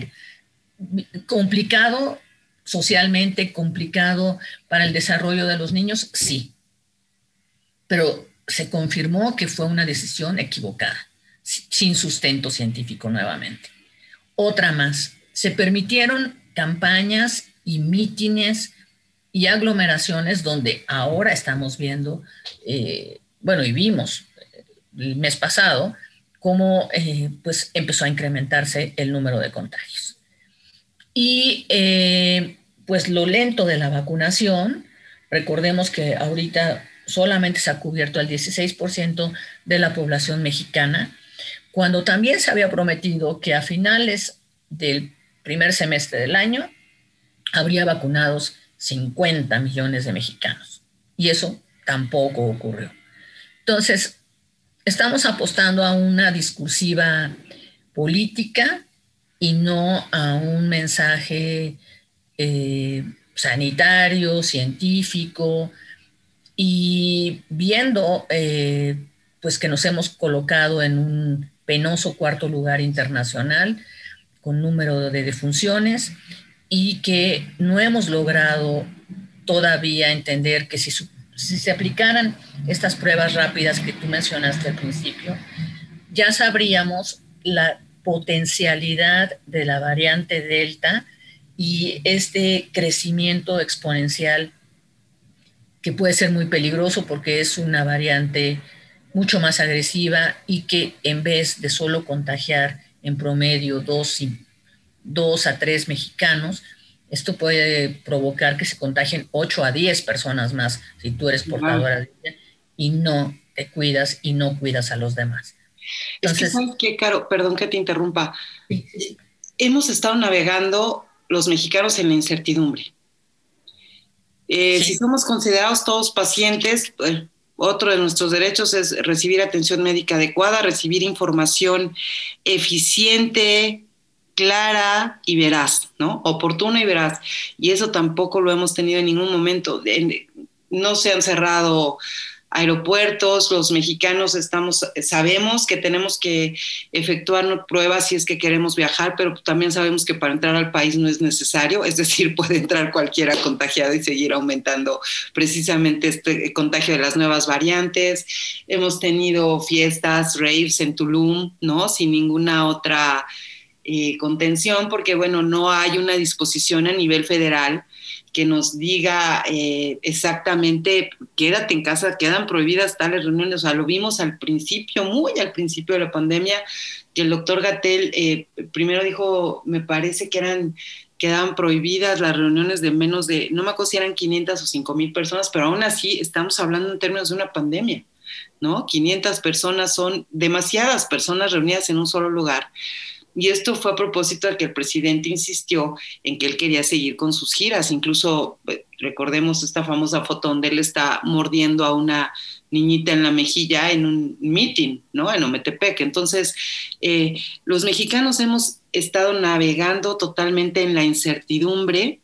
Complicado socialmente, complicado para el desarrollo de los niños, sí. Pero se confirmó que fue una decisión equivocada, sin sustento científico nuevamente. Otra más, se permitieron campañas y mítines y aglomeraciones donde ahora estamos viendo, eh, bueno, y vimos el mes pasado, cómo eh, pues empezó a incrementarse el número de contagios. Y eh, pues lo lento de la vacunación, recordemos que ahorita solamente se ha cubierto al dieciséis por ciento de la población mexicana, cuando también se había prometido que a finales del primer semestre del año habría vacunados cincuenta millones de mexicanos. Y eso tampoco ocurrió. Entonces, estamos apostando a una discursiva política y no a un mensaje eh, sanitario, científico, y viendo eh, pues que nos hemos colocado en un penoso cuarto lugar internacional con número de defunciones y que no hemos logrado todavía entender que si, si se aplicaran estas pruebas rápidas que tú mencionaste al principio, ya sabríamos la potencialidad de la variante Delta y este crecimiento exponencial que puede ser muy peligroso porque es una variante mucho más agresiva y que en vez de solo contagiar en promedio dos, dos a tres mexicanos, esto puede provocar que se contagien ocho a diez personas más si tú eres portadora de ella y no te cuidas y no cuidas a los demás. Entonces, es que, ¿sabes qué, Caro? Perdón que te interrumpa. Sí, sí. Hemos estado navegando los mexicanos en la incertidumbre. Eh, sí. Si somos considerados todos pacientes, pues, otro de nuestros derechos es recibir atención médica adecuada, recibir información eficiente, clara y veraz, ¿no? Oportuna y veraz. Y eso tampoco lo hemos tenido en ningún momento. No se han cerrado aeropuertos, los mexicanos estamos, sabemos que tenemos que efectuar pruebas si es que queremos viajar, pero también sabemos que para entrar al país no es necesario, es decir, puede entrar cualquiera contagiado y seguir aumentando precisamente este contagio de las nuevas variantes. Hemos tenido fiestas, raves en Tulum, ¿no? Sin ninguna otra eh, contención, porque bueno, no hay una disposición a nivel federal que nos diga eh, exactamente, quédate en casa, quedan prohibidas tales reuniones. O sea, lo vimos al principio, muy al principio de la pandemia, que el doctor Gatell eh, primero dijo, me parece que eran, quedaban prohibidas las reuniones de menos de, no me acuerdo si eran quinientas o cinco mil personas, pero aún así estamos hablando en términos de una pandemia, ¿no? quinientas personas son demasiadas personas reunidas en un solo lugar. Y esto fue a propósito de que el presidente insistió en que él quería seguir con sus giras. Incluso recordemos esta famosa foto donde él está mordiendo a una niñita en la mejilla en un meeting, ¿no? En Ometepec. Entonces, eh, los mexicanos hemos estado navegando totalmente en la incertidumbre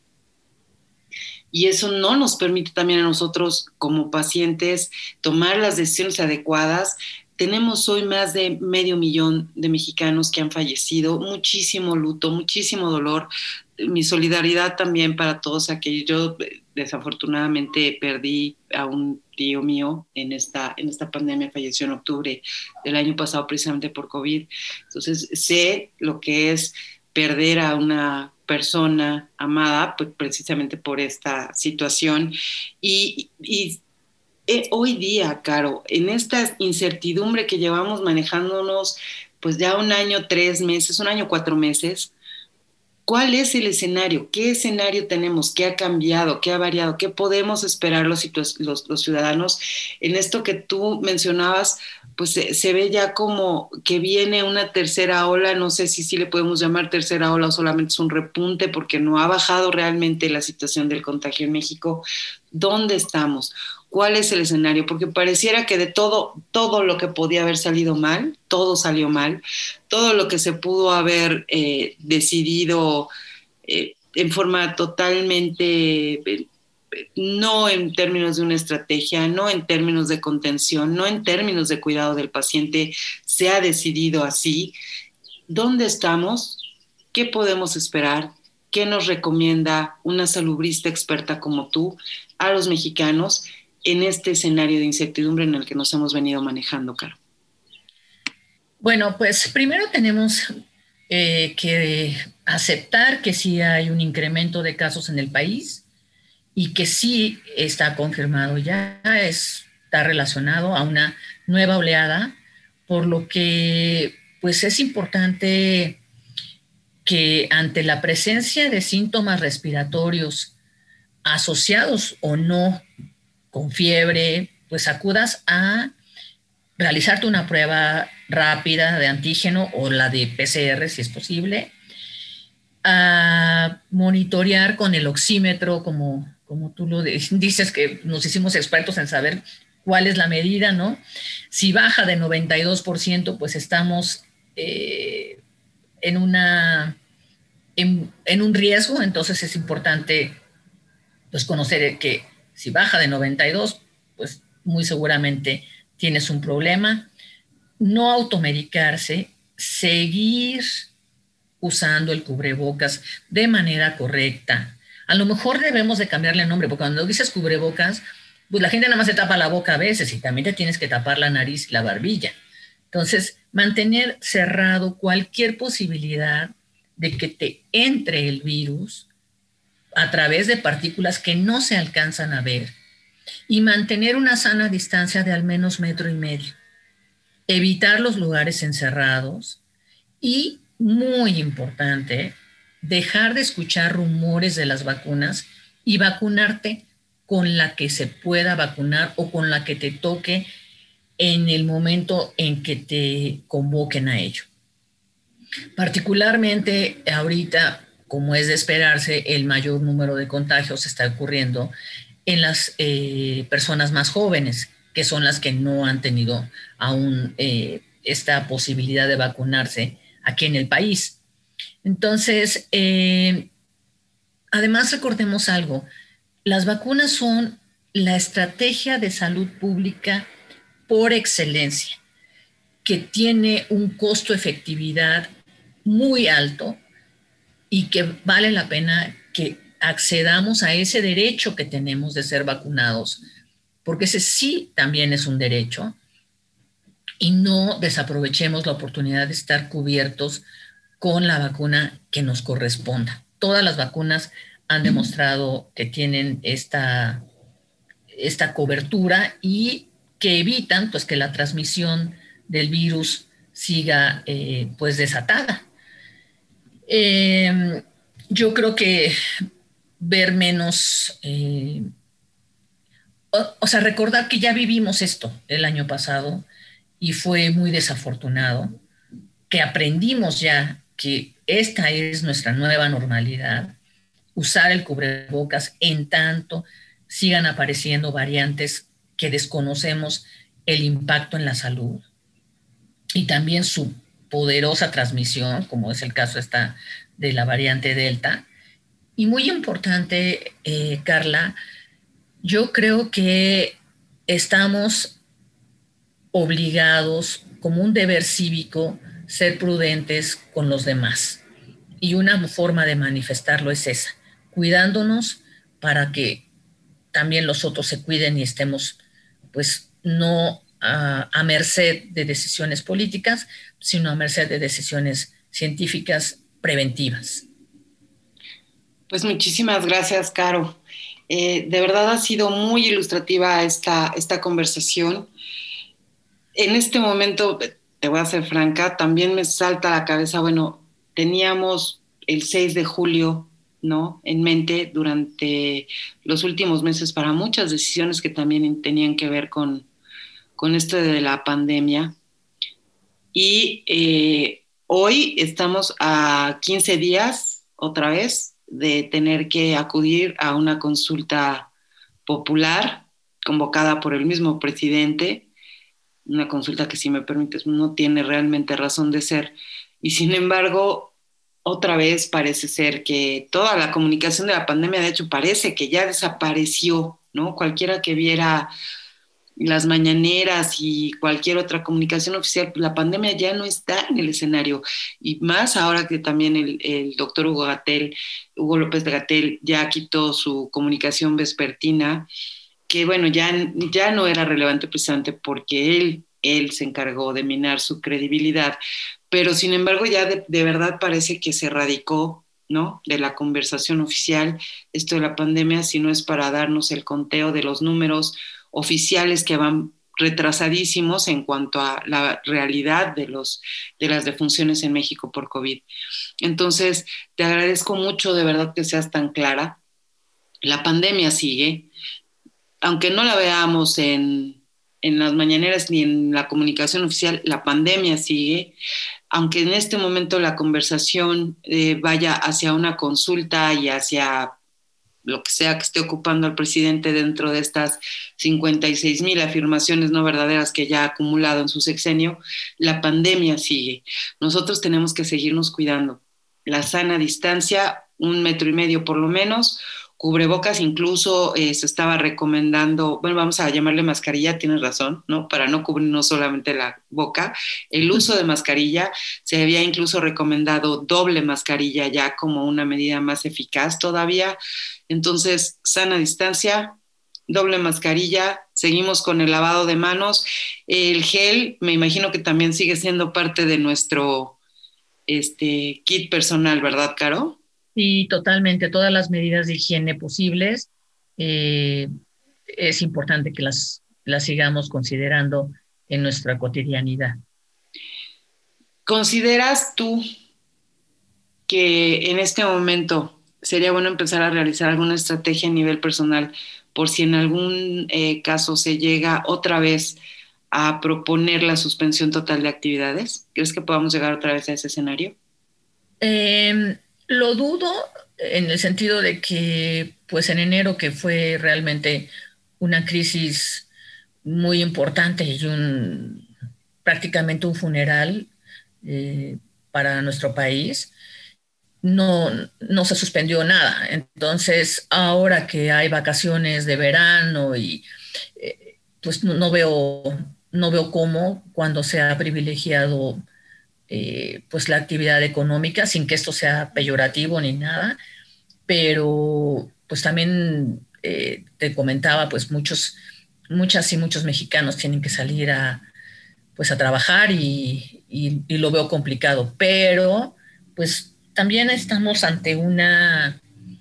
y eso no nos permite también a nosotros como pacientes tomar las decisiones adecuadas. Tenemos hoy más de medio millón de mexicanos que han fallecido, muchísimo luto, muchísimo dolor. Mi solidaridad también para todos aquellos. Yo desafortunadamente perdí a un tío mío en esta, en esta pandemia, falleció en octubre del año pasado precisamente por COVID. Entonces sé lo que es perder a una persona amada, pues, precisamente por esta situación. Y, y eh, hoy día, Caro, en esta incertidumbre que llevamos manejándonos, pues ya un año, tres meses, un año, cuatro meses, ¿cuál es el escenario? ¿Qué escenario tenemos? ¿Qué ha cambiado? ¿Qué ha variado? ¿Qué podemos esperar los, los, los ciudadanos? En esto que tú mencionabas, pues se, se ve ya como que viene una tercera ola, no sé si sí le podemos llamar tercera ola o solamente es un repunte porque no ha bajado realmente la situación del contagio en México. ¿Dónde estamos? ¿Cuál es el escenario? Porque pareciera que de todo, todo lo que podía haber salido mal, todo salió mal, todo lo que se pudo haber eh, decidido eh, en forma totalmente, eh, no en términos de una estrategia, no en términos de contención, no en términos de cuidado del paciente, se ha decidido así. ¿Dónde estamos? ¿Qué podemos esperar? ¿Qué nos recomienda una salubrista experta como tú a los mexicanos en este escenario de incertidumbre en el que nos hemos venido manejando, Caro? Bueno, pues primero tenemos eh, que aceptar que sí hay un incremento de casos en el país y que sí está confirmado ya, está relacionado a una nueva oleada, por lo que pues es importante que ante la presencia de síntomas respiratorios asociados o no con fiebre, pues acudas a realizarte una prueba rápida de antígeno o la de P C R si es posible, a monitorear con el oxímetro, como, como tú lo dices, que nos hicimos expertos en saber cuál es la medida, ¿no? Si baja de noventa y dos por ciento, pues estamos eh, en, una, en, en un riesgo, entonces es importante pues, conocer que si baja de noventa y dos, pues muy seguramente tienes un problema. No automedicarse, seguir usando el cubrebocas de manera correcta. A lo mejor debemos de cambiarle el nombre, porque cuando dices cubrebocas, pues la gente nada más se tapa la boca a veces y también te tienes que tapar la nariz y la barbilla. Entonces, mantener cerrado cualquier posibilidad de que te entre el virus a través de partículas que no se alcanzan a ver y mantener una sana distancia de al menos metro y medio. Evitar los lugares encerrados y, muy importante, dejar de escuchar rumores de las vacunas y vacunarte con la que se pueda vacunar o con la que te toque en el momento en que te convoquen a ello. Particularmente ahorita, como es de esperarse, el mayor número de contagios está ocurriendo en las eh, personas más jóvenes, que son las que no han tenido aún eh, esta posibilidad de vacunarse aquí en el país. Entonces, eh, además recordemos algo, las vacunas son la estrategia de salud pública por excelencia, que tiene un costo-efectividad muy alto y que vale la pena que accedamos a ese derecho que tenemos de ser vacunados, porque ese sí también es un derecho, y no desaprovechemos la oportunidad de estar cubiertos con la vacuna que nos corresponda. Todas las vacunas han demostrado que tienen esta, esta cobertura y que evitan pues, que la transmisión del virus siga eh, pues desatada. Eh, yo creo que ver menos, eh, o, o sea, recordar que ya vivimos esto el año pasado y fue muy desafortunado, que aprendimos ya que esta es nuestra nueva normalidad, usar el cubrebocas en tanto sigan apareciendo variantes que desconocemos el impacto en la salud y también su poderosa transmisión, como es el caso esta de la variante Delta. Y muy importante, eh, Carla, yo creo que estamos obligados, como un deber cívico, ser prudentes con los demás. Y una forma de manifestarlo es esa, cuidándonos para que también los otros se cuiden y estemos, pues, no a, a merced de decisiones políticas, sino a merced de decisiones científicas preventivas. Pues muchísimas gracias, Caro. Eh, de verdad ha sido muy ilustrativa esta, esta conversación. En este momento, te voy a ser franca, también me salta a la cabeza, bueno, teníamos el seis de julio, ¿no?, en mente durante los últimos meses para muchas decisiones que también tenían que ver con, con esto de la pandemia. Y eh, hoy estamos a quince días, otra vez, de tener que acudir a una consulta popular convocada por el mismo presidente, una consulta que, si me permites, no tiene realmente razón de ser. Y sin embargo, otra vez parece ser que toda la comunicación de la pandemia, de hecho, parece que ya desapareció, ¿no? Cualquiera que viera las mañaneras y cualquier otra comunicación oficial, la pandemia ya no está en el escenario. Y más ahora que también el, el doctor Hugo Gatell, Hugo López de Gatell, ya quitó su comunicación vespertina, que bueno, ya, ya no era relevante precisamente porque él, él se encargó de minar su credibilidad, pero sin embargo ya de, de verdad parece que se erradicó, ¿no?, de la conversación oficial esto de la pandemia, si no es para darnos el conteo de los números oficiales que van retrasadísimos en cuanto a la realidad de, los, de las defunciones en México por COVID. Entonces, te agradezco mucho de verdad que seas tan clara. La pandemia sigue, aunque no la veamos en, en las mañaneras ni en la comunicación oficial, la pandemia sigue. Aunque en este momento la conversación eh, vaya hacia una consulta y hacia lo que sea que esté ocupando el presidente dentro de estas cincuenta y seis mil afirmaciones no verdaderas que ya ha acumulado en su sexenio, la pandemia sigue. Nosotros tenemos que seguirnos cuidando. La sana distancia, un metro y medio por lo menos, cubrebocas, incluso eh, se estaba recomendando, bueno, vamos a llamarle mascarilla, tienes razón, ¿no?, para no cubrirnos solamente la boca, el uso de mascarilla, se había incluso recomendado doble mascarilla ya como una medida más eficaz todavía. Entonces, sana distancia, doble mascarilla, seguimos con el lavado de manos, el gel, me imagino que también sigue siendo parte de nuestro este, kit personal, ¿verdad, Caro? Y totalmente, todas las medidas de higiene posibles, eh, es importante que las, las sigamos considerando en nuestra cotidianidad. ¿Consideras tú que en este momento sería bueno empezar a realizar alguna estrategia a nivel personal por si en algún eh, caso se llega otra vez a proponer la suspensión total de actividades? ¿Crees que podamos llegar otra vez a ese escenario? Eh, lo dudo en el sentido de que, pues en enero, que fue realmente una crisis muy importante y un, prácticamente un funeral eh, para nuestro país, no, no se suspendió nada. Entonces, ahora que hay vacaciones de verano y eh, pues no, no veo, no veo cómo cuando se ha privilegiado eh, pues la actividad económica, sin que esto sea peyorativo ni nada, pero pues también eh, te comentaba, pues muchos, muchas y muchos mexicanos tienen que salir a, pues a trabajar y, y, y lo veo complicado, pero pues también estamos ante una,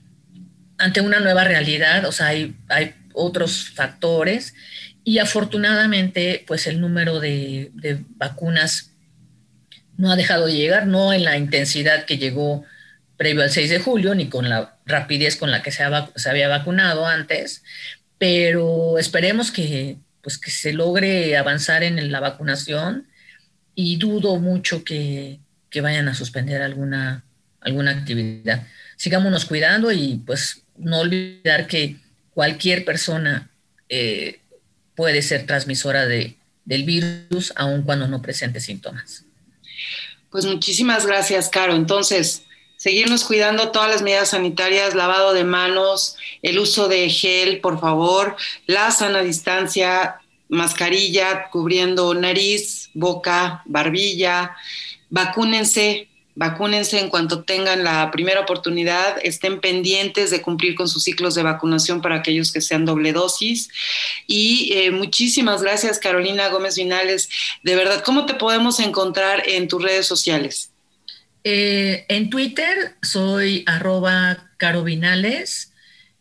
ante una nueva realidad, o sea, hay, hay otros factores y afortunadamente pues el número de, de vacunas no ha dejado de llegar, no en la intensidad que llegó previo al seis de julio, ni con la rapidez con la que se, ha, se había vacunado antes, pero esperemos que, pues, que se logre avanzar en la vacunación y dudo mucho que, que vayan a suspender alguna, alguna actividad. Sigámonos cuidando y pues no olvidar que cualquier persona eh, puede ser transmisora de, del virus, aun cuando no presente síntomas. Pues muchísimas gracias, Caro. Entonces, seguirnos cuidando, todas las medidas sanitarias, lavado de manos, el uso de gel, por favor, la sana distancia, mascarilla cubriendo nariz, boca, barbilla, vacúnense, vacúnense en cuanto tengan la primera oportunidad, estén pendientes de cumplir con sus ciclos de vacunación para aquellos que sean doble dosis. Y eh, muchísimas gracias, Carolina Gómez Vinales. De verdad, ¿cómo te podemos encontrar en tus redes sociales? Eh, en Twitter soy arroba carovinales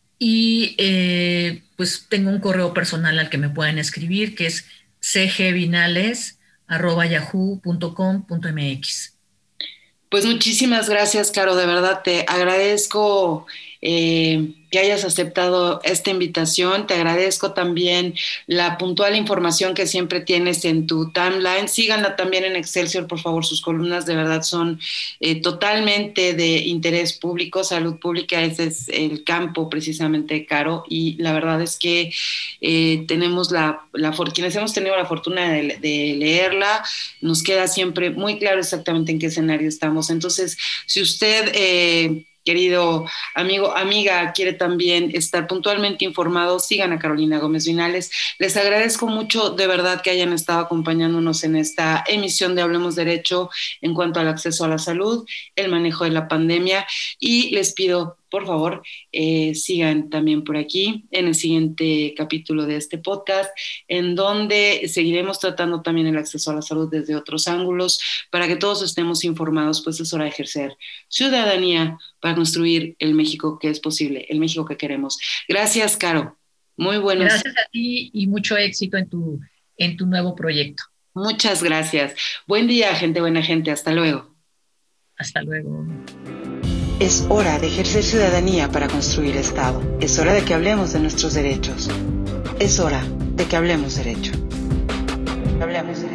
y eh, pues tengo un correo personal al que me pueden escribir que es cgvinales arroba yahoo punto com punto mx. Pues muchísimas gracias, Caro, de verdad te agradezco eh, que hayas aceptado esta invitación, te agradezco también la puntual información que siempre tienes en tu timeline, síganla también en Excelsior, por favor, sus columnas de verdad son eh, totalmente de interés público, salud pública, ese es el campo precisamente, Caro, y la verdad es que eh, tenemos la, la, quienes hemos tenido la fortuna de, de leerla, nos queda siempre muy claro exactamente en qué escenario estamos. Entonces, si usted, eh, querido amigo, amiga, quiere también estar puntualmente informado, sigan a Carolina Gómez Vinales. Les agradezco mucho de verdad que hayan estado acompañándonos en esta emisión de Hablemos Derecho en cuanto al acceso a la salud, el manejo de la pandemia, y les pido por favor, eh, sigan también por aquí en el siguiente capítulo de este podcast, en donde seguiremos tratando también el acceso a la salud desde otros ángulos, para que todos estemos informados, pues es hora de ejercer ciudadanía para construir el México que es posible, el México que queremos. Gracias, Caro. Muy buenos. Gracias a ti y mucho éxito en tu, en tu nuevo proyecto. Muchas gracias. Buen día, gente, buena gente. Hasta luego. Hasta luego. Es hora de ejercer ciudadanía para construir Estado. Es hora de que hablemos de nuestros derechos. Es hora de que hablemos derecho. Hablemos derecho.